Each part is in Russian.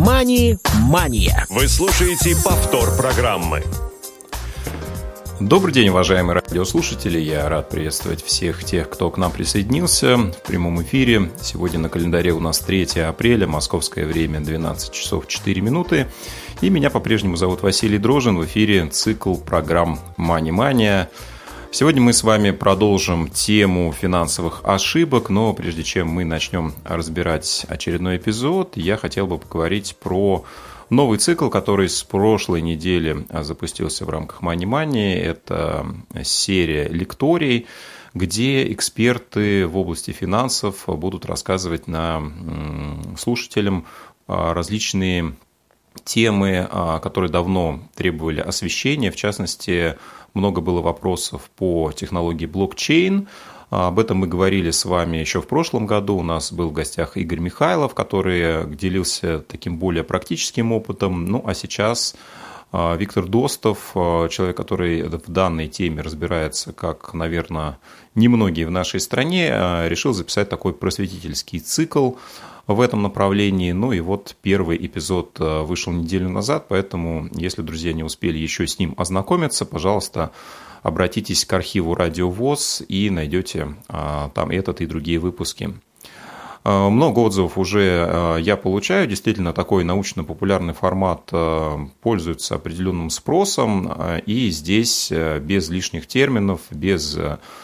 «Мани-мания». Вы слушаете повтор программы. Добрый день, уважаемые радиослушатели. Я рад приветствовать всех тех, кто к нам присоединился в прямом эфире. Сегодня на календаре у нас 3 апреля, московское время 12 часов 4 минуты. И меня по-прежнему зовут Василий Дрожжин. В эфире цикл программ «Мани-мания». Сегодня мы с вами продолжим тему финансовых ошибок, но прежде чем мы начнем разбирать очередной эпизод, я хотел бы поговорить про новый цикл, который с прошлой недели запустился в рамках Мани-мании. Это серия лекторий, где эксперты в области финансов будут рассказывать слушателям различные темы, которые давно требовали освещения. В частности, много было вопросов по технологии блокчейн. Об этом мы говорили с вами еще в прошлом году. У нас был в гостях Игорь Михайлов, который делился таким более практическим опытом. Ну, а сейчас Виктор Достов, человек, который в данной теме разбирается, как, наверное, немногие в нашей стране, решил записать такой просветительский цикл в этом направлении. Ну и вот первый эпизод вышел неделю назад, поэтому, если, друзья, не успели еще с ним ознакомиться, пожалуйста, обратитесь к архиву Радио ВОС и найдете там этот и другие выпуски. Много отзывов уже я получаю. Действительно, такой научно-популярный формат пользуется определенным спросом. И здесь без лишних терминов, без,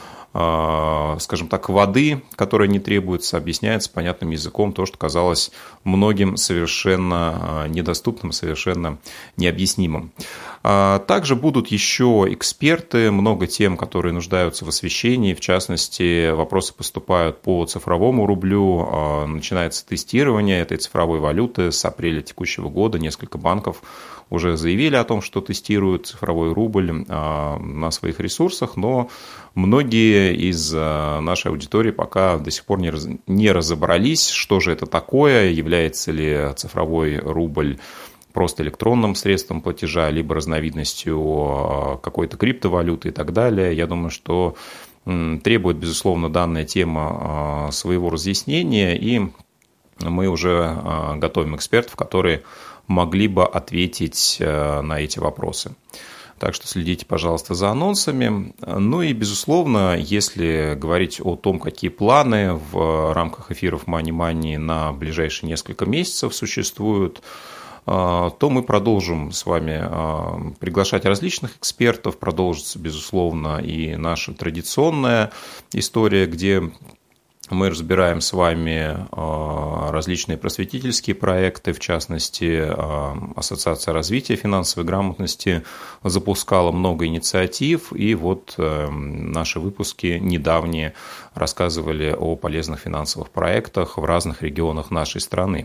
скажем так, воды, которая не требуется, объясняется понятным языком то, что казалось многим совершенно недоступным, совершенно необъяснимым. Также будут еще эксперты, много тем, которые нуждаются в освещении. В частности, вопросы поступают по цифровому рублю. Начинается тестирование этой цифровой валюты с апреля текущего года. Несколько банков уже заявили о том, что тестируют цифровой рубль на своих ресурсах, но многие из нашей аудитории пока до сих пор не разобрались, что же это такое, является ли цифровой рубль просто электронным средством платежа, либо разновидностью какой-то криптовалюты и так далее. Я думаю, что требует, безусловно, данная тема своего разъяснения, и мы уже готовим экспертов, которые могли бы ответить на эти вопросы. Так что следите, пожалуйста, за анонсами. Ну и, безусловно, если говорить о том, какие планы в рамках эфиров Мани-мании на ближайшие несколько месяцев существуют, то мы продолжим с вами приглашать различных экспертов. Продолжится, безусловно, и наша традиционная история, где мы разбираем с вами различные просветительские проекты. В частности, Ассоциация развития финансовой грамотности запускала много инициатив, и вот наши выпуски недавние рассказывали о полезных финансовых проектах в разных регионах нашей страны.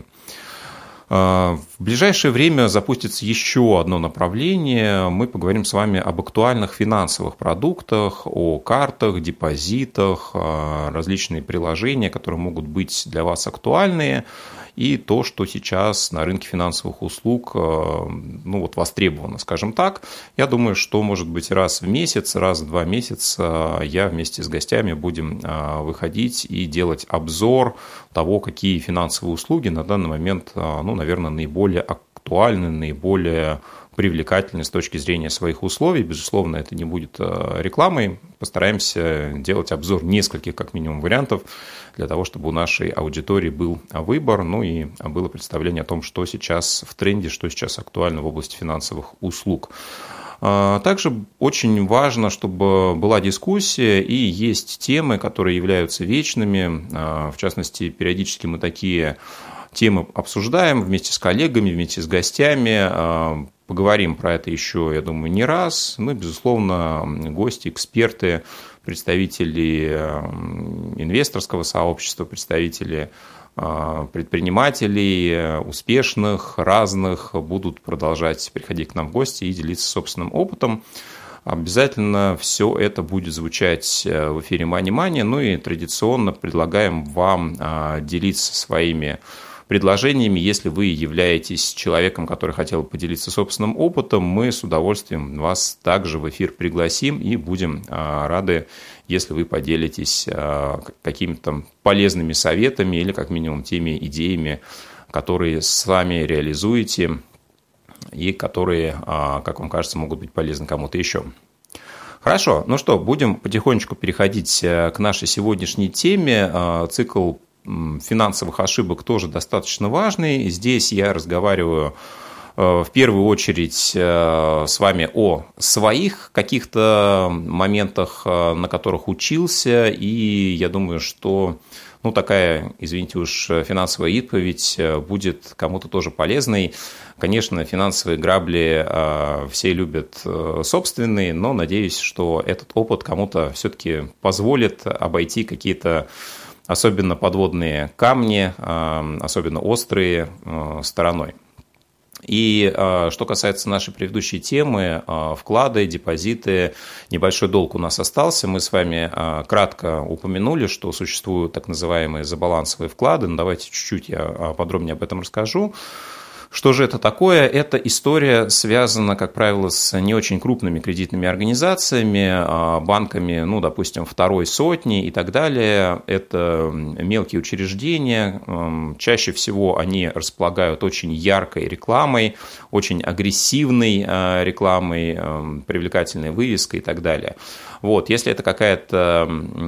В ближайшее время запустится еще одно направление. Мы поговорим с вами об актуальных финансовых продуктах, о картах, депозитах, различные приложения, которые могут быть для вас актуальны, и то, что сейчас на рынке финансовых услуг востребовано, скажем так. Я думаю, что, может быть, раз в месяц, раз в 2 месяца я вместе с гостями будем выходить и делать обзор того, какие финансовые услуги на данный момент, наверное, наиболее актуальны, наиболее привлекательны с точки зрения своих условий. Безусловно, это не будет рекламой. Постараемся делать обзор нескольких, как минимум, вариантов для того, чтобы у нашей аудитории был выбор, и было представление о том, что сейчас в тренде, что сейчас актуально в области финансовых услуг. Также очень важно, чтобы была дискуссия, и есть темы, которые являются вечными. В частности, периодически мы такие темы обсуждаем вместе с коллегами, вместе с гостями. Поговорим про это еще, я думаю, не раз. Безусловно, гости, эксперты, представители инвесторского сообщества, представители предпринимателей, успешных, разных, будут продолжать приходить к нам в гости и делиться собственным опытом. Обязательно все это будет звучать в эфире Мани-мания. И традиционно предлагаем вам делиться своими предложениями. Если вы являетесь человеком, который хотел поделиться собственным опытом, мы с удовольствием вас также в эфир пригласим и будем рады, если вы поделитесь какими-то полезными советами или как минимум теми идеями, которые сами реализуете и которые, как вам кажется, могут быть полезны кому-то еще. Хорошо, ну что, будем потихонечку переходить к нашей сегодняшней теме. Цикл финансовых ошибок тоже достаточно важный. Здесь я разговариваю в первую очередь с вами о своих каких-то моментах, на которых учился, и я думаю, что такая, извините уж, финансовая исповедь будет кому-то тоже полезной. Конечно, финансовые грабли все любят собственные, но надеюсь, что этот опыт кому-то все-таки позволит обойти какие-то особенно подводные камни, особенно острые, стороной. И что касается нашей предыдущей темы, вклады, депозиты, небольшой долг у нас остался. Мы с вами кратко упомянули, что существуют так называемые забалансовые вклады. Но давайте чуть-чуть я подробнее об этом расскажу. Что же это такое? Эта история связана, как правило, с не очень крупными кредитными организациями, банками, допустим, второй сотни и так далее. Это мелкие учреждения. Чаще всего они располагают очень яркой рекламой, очень агрессивной рекламой, привлекательной вывеской и так далее. Если это какая-то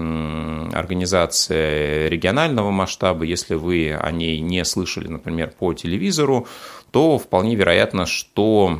организация регионального масштаба, если вы о ней не слышали, например, по телевизору, то вполне вероятно, что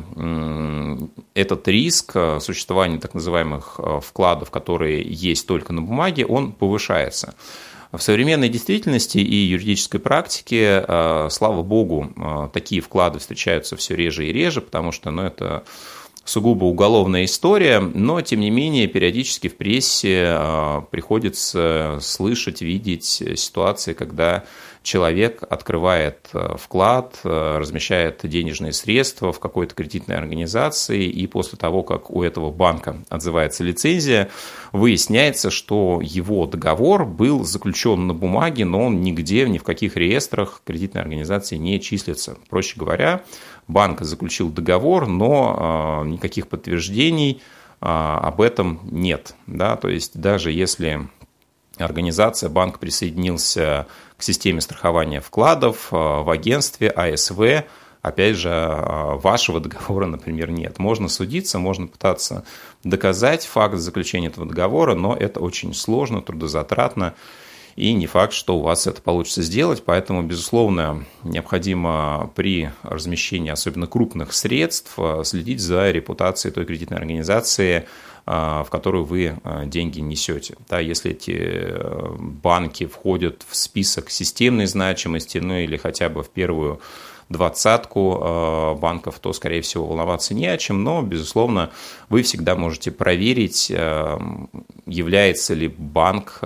этот риск существования так называемых вкладов, которые есть только на бумаге, он повышается. В современной действительности и юридической практике, слава богу, такие вклады встречаются все реже и реже, потому что это сугубо уголовная история, но, тем не менее, периодически в прессе приходится слышать, видеть ситуации, когда человек открывает вклад, размещает денежные средства в какой-то кредитной организации, и после того, как у этого банка отзывается лицензия, выясняется, что его договор был заключен на бумаге, но он нигде, ни в каких реестрах кредитной организации не числится. Проще говоря, банк заключил договор, но никаких подтверждений об этом нет. То есть даже если организация, банк присоединился к системе страхования вкладов в агентстве АСВ, опять же, вашего договора, например, нет. Можно судиться, можно пытаться доказать факт заключения этого договора, но это очень сложно, трудозатратно, и не факт, что у вас это получится сделать, поэтому, безусловно, необходимо при размещении особенно крупных средств следить за репутацией той кредитной организации, в которую вы деньги несете. Если эти банки входят в список системной значимости, или хотя бы в первую двадцатку банков, то, скорее всего, волноваться не о чем, но, безусловно, вы всегда можете проверить, является ли банк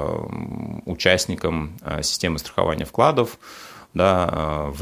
участником системы страхования вкладов. В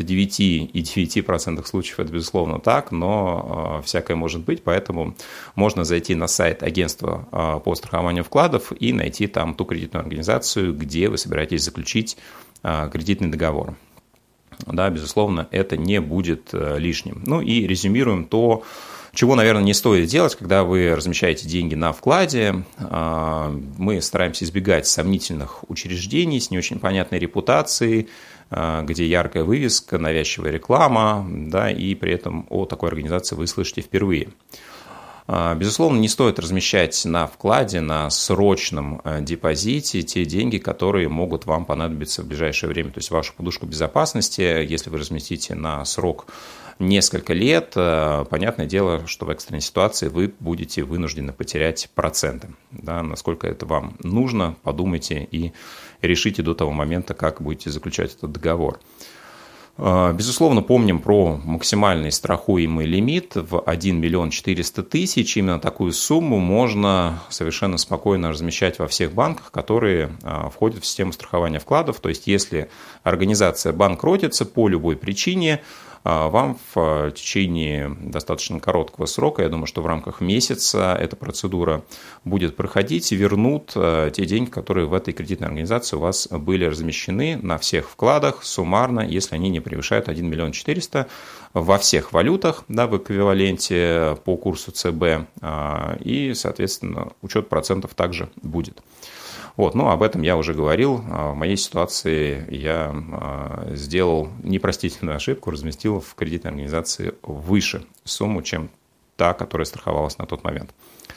99,9% случаев это, безусловно, так, но всякое может быть, поэтому можно зайти на сайт агентства по страхованию вкладов и найти там ту кредитную организацию, где вы собираетесь заключить кредитный договор. Безусловно, это не будет лишним. И резюмируем то, чего, наверное, не стоит делать, когда вы размещаете деньги на вкладе. Мы стараемся избегать сомнительных учреждений с не очень понятной репутацией, где яркая вывеска, навязчивая реклама, и при этом о такой организации вы слышите впервые. Безусловно, не стоит размещать на вкладе, на срочном депозите те деньги, которые могут вам понадобиться в ближайшее время. То есть вашу подушку безопасности, если вы разместите на срок несколько лет, понятное дело, что в экстренной ситуации вы будете вынуждены потерять проценты. Насколько это вам нужно, подумайте и решите до того момента, как будете заключать этот договор. Безусловно, помним про максимальный страхуемый лимит в 1 400 000. Именно такую сумму можно совершенно спокойно размещать во всех банках, которые входят в систему страхования вкладов. То есть, если организация банкротится по любой причине, вам в течение достаточно короткого срока, я думаю, что в рамках месяца эта процедура будет проходить, и вернут те деньги, которые в этой кредитной организации у вас были размещены на всех вкладах суммарно, если они не превышают 1 400 000 во всех валютах, в эквиваленте по курсу ЦБ, и, соответственно, учет процентов также будет. Вот, ну, об этом я уже говорил. В моей ситуации я сделал непростительную ошибку, разместил в кредитной организации выше сумму, чем та, которая страховалась на тот момент.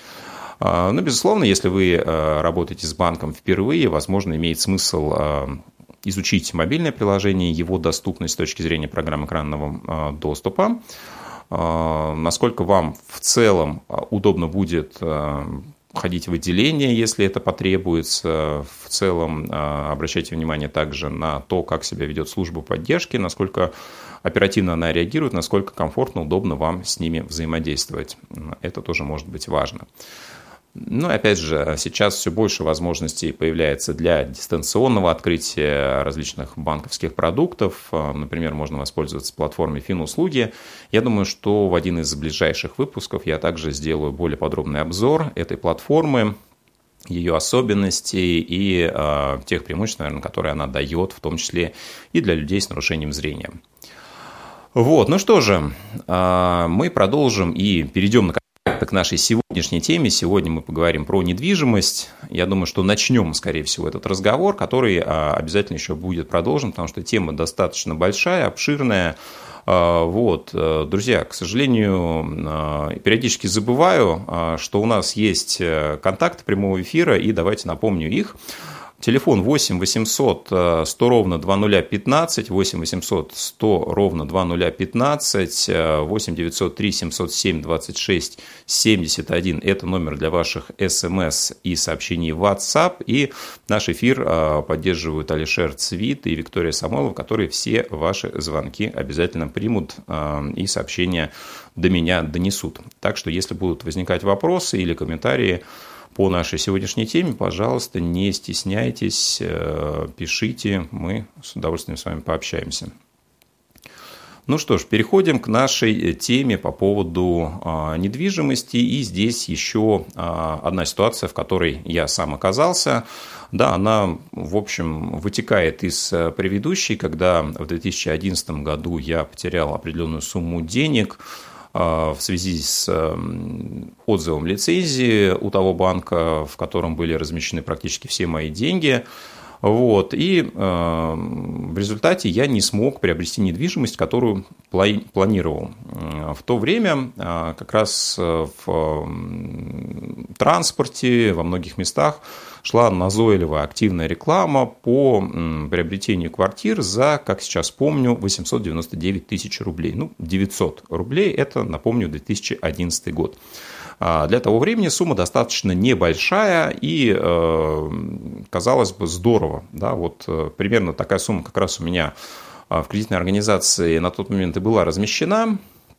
Ну, безусловно, если вы работаете с банком впервые, возможно, имеет смысл изучить мобильное приложение, его доступность с точки зрения программ экранного доступа, насколько вам в целом удобно будет ходить в отделение, если это потребуется. В целом обращайте внимание также на то, как себя ведет служба поддержки, насколько оперативно она реагирует, насколько комфортно, удобно вам с ними взаимодействовать. Это тоже может быть важно. Ну и опять же, сейчас все больше возможностей появляется для дистанционного открытия различных банковских продуктов. Например, можно воспользоваться платформой Финуслуги. Я думаю, что в один из ближайших выпусков я также сделаю более подробный обзор этой платформы, ее особенностей и тех преимуществ, наверное, которые она дает, в том числе и для людей с нарушением зрения. Вот, ну что же, мы продолжим и перейдем к нашей сегодняшней теме. Сегодня мы поговорим про недвижимость. Я думаю, что начнем, скорее всего, этот разговор, который обязательно еще будет продолжен, потому что тема достаточно большая, обширная. Вот, друзья, к сожалению, периодически забываю, что у нас есть контакты прямого эфира, и давайте напомню их. Телефон 8 800 100 ровно 2015, 8 800 100 ровно 2015, 8 903 707 26 71. Это номер для ваших СМС и сообщений в WhatsApp. И наш эфир поддерживают Алишер Цвит и Виктория Самойлова, которые все ваши звонки обязательно примут и сообщения до меня донесут. Так что, если будут возникать вопросы или комментарии по нашей сегодняшней теме, пожалуйста, не стесняйтесь, пишите, мы с удовольствием с вами пообщаемся. Ну что ж, переходим к нашей теме по поводу недвижимости. И здесь еще одна ситуация, в которой я сам оказался. Да, она, в общем, вытекает из предыдущей, когда в 2011 году я потерял определенную сумму денег в связи с отзывом лицензии у того банка, в котором были размещены практически все мои деньги. Вот. И в результате я не смог приобрести недвижимость, которую планировал. В то время как раз в транспорте, во многих местах шла назойливая активная реклама по приобретению квартир за, как сейчас помню, 899 тысяч рублей. Ну, 900 рублей – это, напомню, 2011 год. Для того времени сумма достаточно небольшая и, казалось бы, здорово. Да, вот примерно такая сумма как раз у меня в кредитной организации на тот момент и была размещена.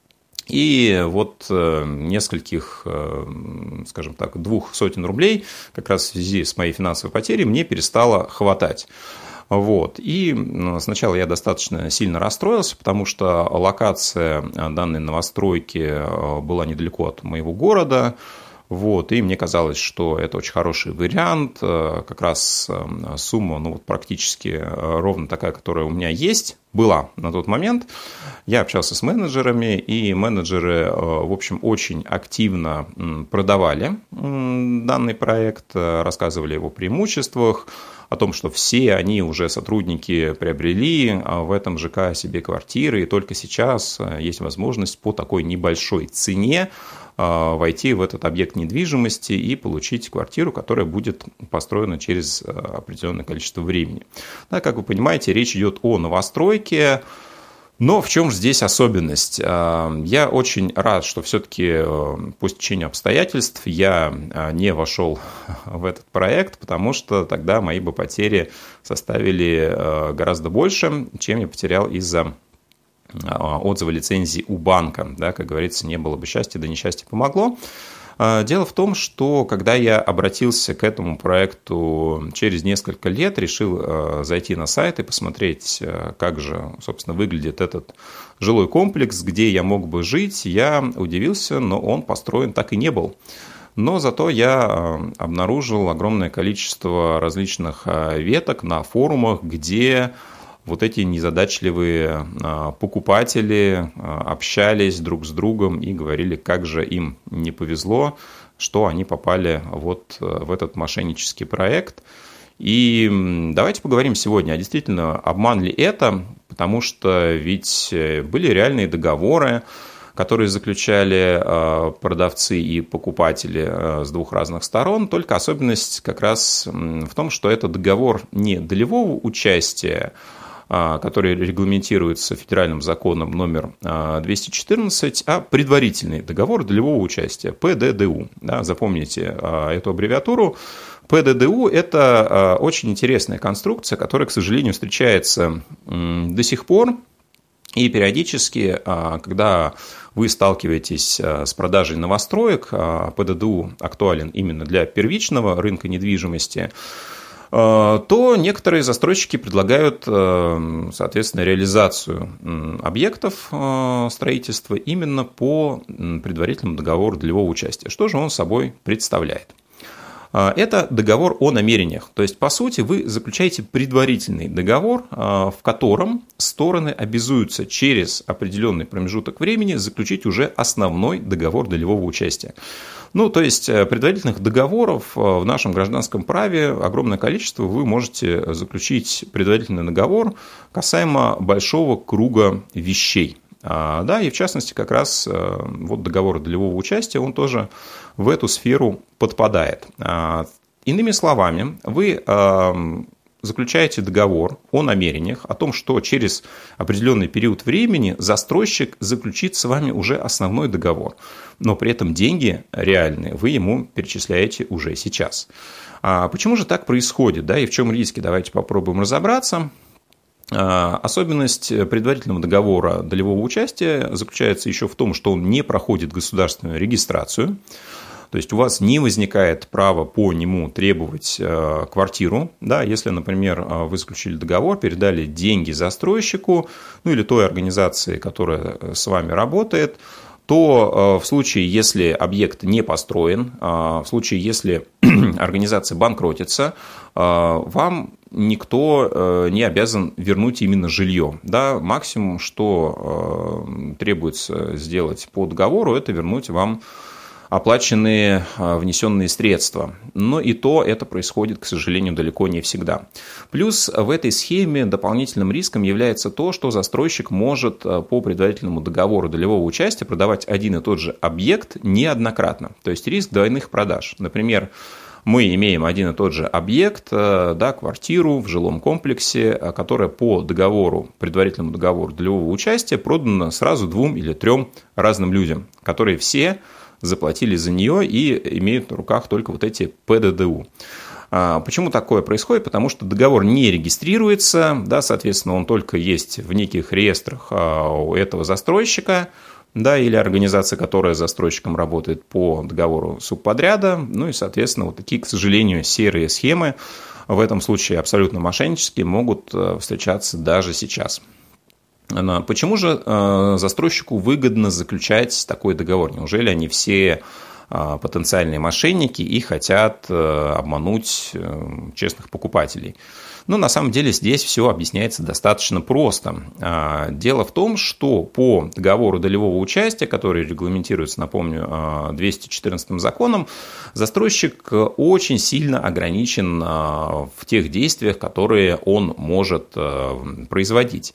И вот нескольких, скажем так, 200 рублей как раз в связи с моей финансовой потерей мне перестало хватать. Вот. И сначала я достаточно сильно расстроился, потому что локация данной новостройки была недалеко от моего города. Вот, и мне казалось, что это очень хороший вариант, как раз сумма практически ровно такая, которая у меня есть, была на тот момент. Я общался с менеджерами, и менеджеры, в общем, очень активно продавали данный проект, рассказывали о его преимуществах, о том, что все они уже сотрудники приобрели в этом ЖК себе квартиры, и только сейчас есть возможность по такой небольшой цене войти в этот объект недвижимости и получить квартиру, которая будет построена через определенное количество времени. Да, как вы понимаете, речь идет о новостройке. Но в чем же здесь особенность? Я очень рад, что все-таки по стечению обстоятельств я не вошел в этот проект, потому что тогда мои бы потери составили гораздо больше, чем я потерял из-за отзыва лицензии у банка. Да, как говорится, не было бы счастья, да несчастье помогло. Дело в том, что когда я обратился к этому проекту через несколько лет, решил зайти на сайт и посмотреть, как же, собственно, выглядит этот жилой комплекс, где я мог бы жить, я удивился, но он построен так и не был. Но зато я обнаружил огромное количество различных веток на форумах, где вот эти незадачливые покупатели общались друг с другом и говорили, как же им не повезло, что они попали вот в этот мошеннический проект. И давайте поговорим сегодня, а действительно обман ли это, потому что ведь были реальные договоры, которые заключали продавцы и покупатели с двух разных сторон, только особенность как раз в том, что это договор не долевого участия, который регламентируется федеральным законом номер 214, а предварительный договор долевого участия, ПДДУ. Да, запомните эту аббревиатуру. ПДДУ – это очень интересная конструкция, которая, к сожалению, встречается до сих пор. И периодически, когда вы сталкиваетесь с продажей новостроек, ПДДУ актуален именно для первичного рынка недвижимости, то некоторые застройщики предлагают, соответственно, реализацию объектов строительства именно по предварительному договору долевого участия. Что же он собой представляет? Это договор о намерениях. То есть, по сути, вы заключаете предварительный договор, в котором стороны обязуются через определенный промежуток времени заключить уже основной договор долевого участия. Ну, то есть, предварительных договоров в нашем гражданском праве огромное количество. Вы можете заключить предварительный договор касаемо большого круга вещей. Да, и в частности, как раз вот договор долевого участия, он тоже в эту сферу подпадает. Иными словами, вы заключаете договор о намерениях, о том, что через определенный период времени застройщик заключит с вами уже основной договор, но при этом деньги реальные вы ему перечисляете уже сейчас. Почему же так происходит, да, и в чем риски? Давайте попробуем разобраться. Особенность предварительного договора долевого участия заключается еще в том, что он не проходит государственную регистрацию, то есть у вас не возникает права по нему требовать квартиру, да, если, например, вы заключили договор, передали деньги застройщику, ну или той организации, которая с вами работает, то в случае, если объект не построен, в случае, если организация банкротится, вам никто не обязан вернуть именно жилье. Да, максимум, что требуется сделать по договору, это вернуть вам оплаченные внесенные средства. Но и то это происходит, к сожалению, далеко не всегда. Плюс в этой схеме дополнительным риском является то, что застройщик может по предварительному договору долевого участия продавать один и тот же объект неоднократно. То есть риск двойных продаж. Например, мы имеем один и тот же объект, да, квартиру в жилом комплексе, которая по договору, предварительному договору долевого участия продана сразу 2 или 3 разным людям, которые все заплатили за нее и имеют на руках только вот эти ПДДУ. Почему такое происходит? Потому что договор не регистрируется, да, соответственно, он только есть в неких реестрах у этого застройщика, да, или организации, которая с застройщиком работает по договору субподряда. Ну и, соответственно, вот такие, к сожалению, серые схемы, в этом случае абсолютно мошеннические, могут встречаться даже сейчас. Почему же застройщику выгодно заключать такой договор? Неужели они все потенциальные мошенники и хотят обмануть честных покупателей? Но на самом деле здесь все объясняется достаточно просто. Дело в том, что по договору долевого участия, который регламентируется, напомню, 214 законом, застройщик очень сильно ограничен в тех действиях, которые он может производить.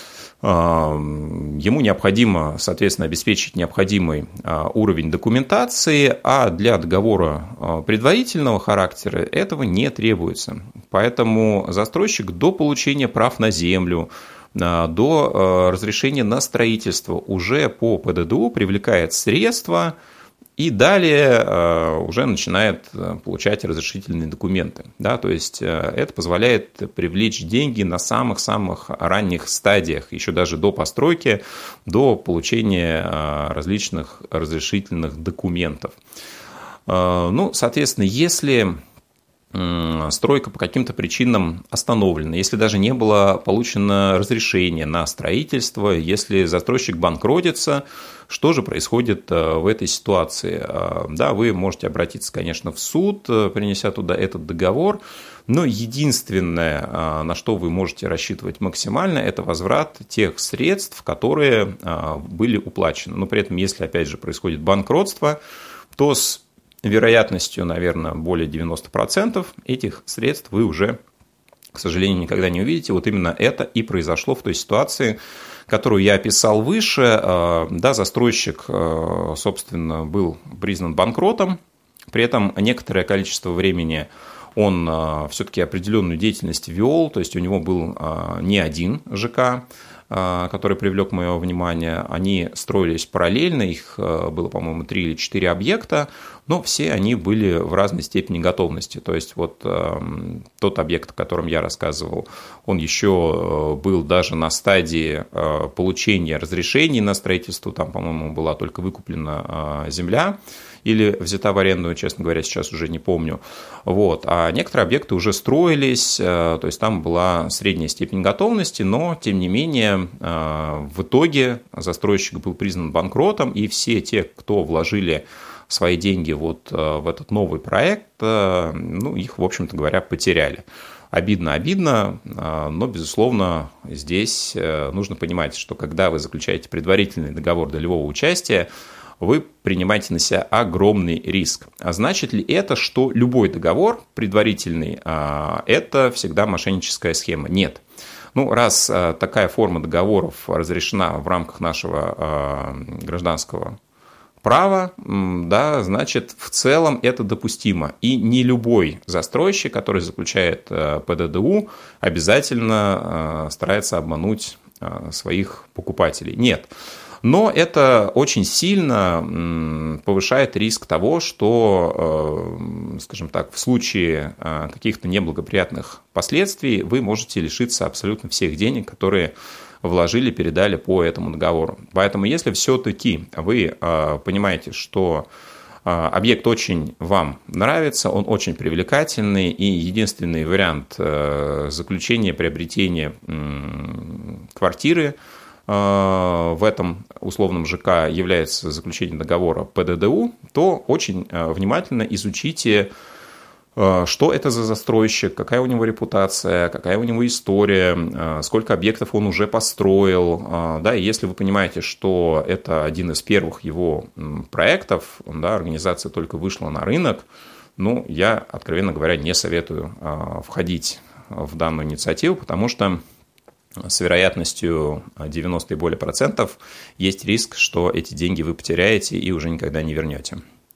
Ему необходимо, соответственно, обеспечить необходимый уровень документации, а для договора предварительного характера этого не требуется. Поэтому застройщик до получения прав на землю, до разрешения на строительство уже по ПДДУ привлекает средства и далее уже начинает получать разрешительные документы. Да, то есть это позволяет привлечь деньги на самых-самых ранних стадиях, еще даже до постройки, до получения различных разрешительных документов. Ну, соответственно, если стройка по каким-то причинам остановлена, если даже не было получено разрешение на строительство, если застройщик банкротится, что же происходит в этой ситуации? Да, вы можете обратиться, конечно, в суд, принеся туда этот договор, но единственное, на что вы можете рассчитывать максимально, это возврат тех средств, которые были уплачены. Но при этом, если, опять же, происходит банкротство, то с вероятностью, наверное, более 90% этих средств вы уже, к сожалению, никогда не увидите. Вот именно это и произошло в той ситуации, которую я описал выше. Да, застройщик, собственно, был признан банкротом, при этом некоторое количество времени он все-таки определенную деятельность вел, то есть у него был не один ЖК, который привлек мое внимание. Они строились параллельно, их было, по-моему, 3 или 4 объекта, но все они были в разной степени готовности. То есть вот тот объект, о котором я рассказывал, он еще был даже на стадии получения разрешений на строительство, там, по-моему, была только выкуплена земля или взята в аренду, честно говоря, сейчас уже не помню. Вот. А некоторые объекты уже строились, то есть там была средняя степень готовности, но, тем не менее, в итоге застройщик был признан банкротом, и все те, кто вложили свои деньги вот в этот новый проект, ну, их, в общем-то говоря, потеряли. Обидно, но, безусловно, здесь нужно понимать, что когда вы заключаете предварительный договор долевого участия, вы принимаете на себя огромный риск. А значит ли это, что любой договор предварительный – это всегда мошенническая схема? Нет. Ну, раз такая форма договоров разрешена в рамках нашего гражданского права, да, значит, в целом это допустимо. И не любой застройщик, который заключает ПДДУ, обязательно старается обмануть своих покупателей. Нет. Но это очень сильно повышает риск того, что, скажем так, в случае каких-то неблагоприятных последствий вы можете лишиться абсолютно всех денег, которые вложили, передали по этому договору. Поэтому если все-таки вы понимаете, что объект очень вам нравится, он очень привлекательный, и единственный вариант заключения, приобретения квартиры в этом условном ЖК является заключение договора ПДДУ, то очень внимательно изучите, что это за застройщик, какая у него репутация, какая у него история, сколько объектов он уже построил. Да, и если вы понимаете, что это один из первых его проектов, да, организация только вышла на рынок, ну, я, откровенно говоря, не советую входить в данную инициативу, потому что с вероятностью 90 и более процентов есть риск, что эти деньги вы потеряете и уже никогда не вернете.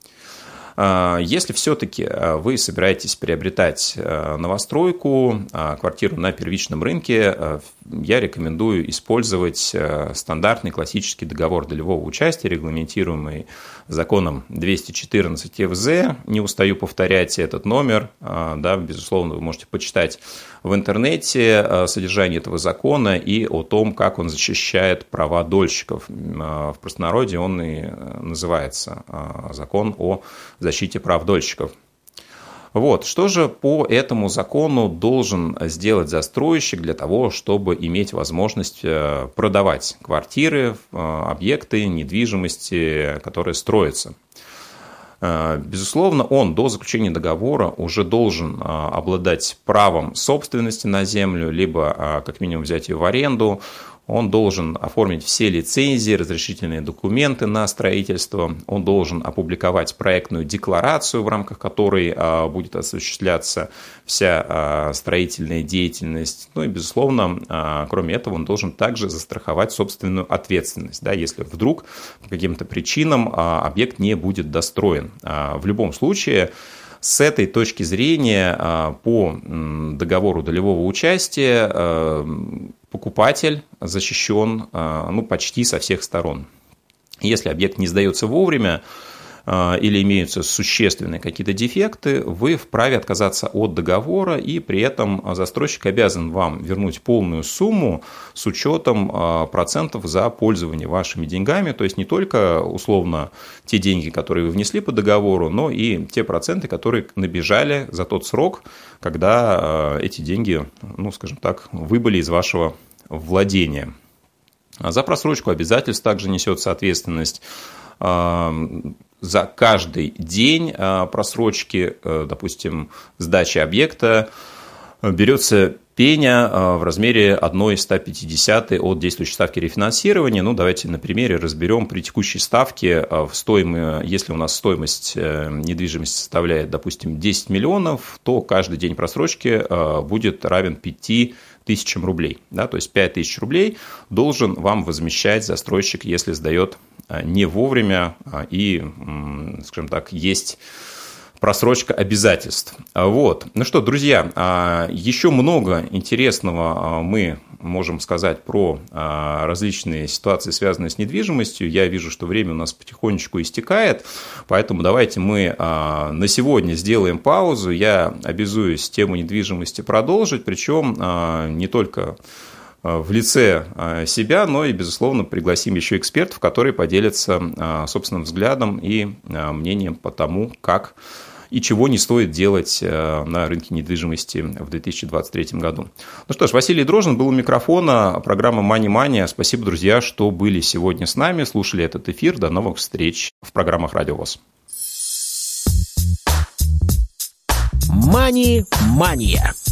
Если все-таки вы собираетесь приобретать новостройку, квартиру на первичном рынке, я рекомендую использовать стандартный классический договор долевого участия, регламентируемый законом 214 ФЗ. Не устаю повторять этот номер. Да, безусловно, вы можете почитать в интернете содержание этого закона и о том, как он защищает права дольщиков. В простонародье он и называется закон о защите прав дольщиков. Вот, что же по этому закону должен сделать застройщик для того, чтобы иметь возможность продавать квартиры, объекты недвижимости, которые строятся? Безусловно, он до заключения договора уже должен обладать правом собственности на землю, либо как минимум взять ее в аренду. Он должен оформить все лицензии, разрешительные документы на строительство. Он должен опубликовать проектную декларацию, в рамках которой будет осуществляться вся строительная деятельность. Ну и, безусловно, кроме этого, он должен также застраховать собственную ответственность, да, если вдруг по каким-то причинам объект не будет достроен. В любом случае, с этой точки зрения, по договору долевого участия покупатель защищен почти со всех сторон. Если объект не сдается вовремя или имеются существенные какие-то дефекты, вы вправе отказаться от договора, и при этом застройщик обязан вам вернуть полную сумму с учетом процентов за пользование вашими деньгами, то есть не только условно те деньги, которые вы внесли по договору, но и те проценты, которые набежали за тот срок, когда эти деньги, скажем так, выбыли из вашего владения. За просрочку обязательств также несется ответственность. За каждый день просрочки, допустим, сдачи объекта берется пеня в размере 1,150 от действующей ставки рефинансирования. Ну, давайте на примере разберем. При текущей ставке, если у нас стоимость недвижимости составляет, допустим, 10 миллионов, то каждый день просрочки будет равен 5 тысячам рублей. Да? То есть 5 тысяч рублей должен вам возмещать застройщик, если сдает не вовремя и, скажем так, есть просрочка обязательств. Вот. Ну что, друзья, еще много интересного мы можем сказать про различные ситуации, связанные с недвижимостью. Я вижу, что время у нас потихонечку истекает, поэтому давайте мы на сегодня сделаем паузу. Я обязуюсь тему недвижимости продолжить, причем не только в лице себя, но и, безусловно, пригласим еще экспертов, которые поделятся собственным взглядом и мнением по тому, как и чего не стоит делать на рынке недвижимости в 2023 году. Ну что ж, Василий Дрожжин был у микрофона, программа Money Mania. Спасибо, друзья, что были сегодня с нами, слушали этот эфир. До новых встреч в программах Радио ВОС. Money Mania.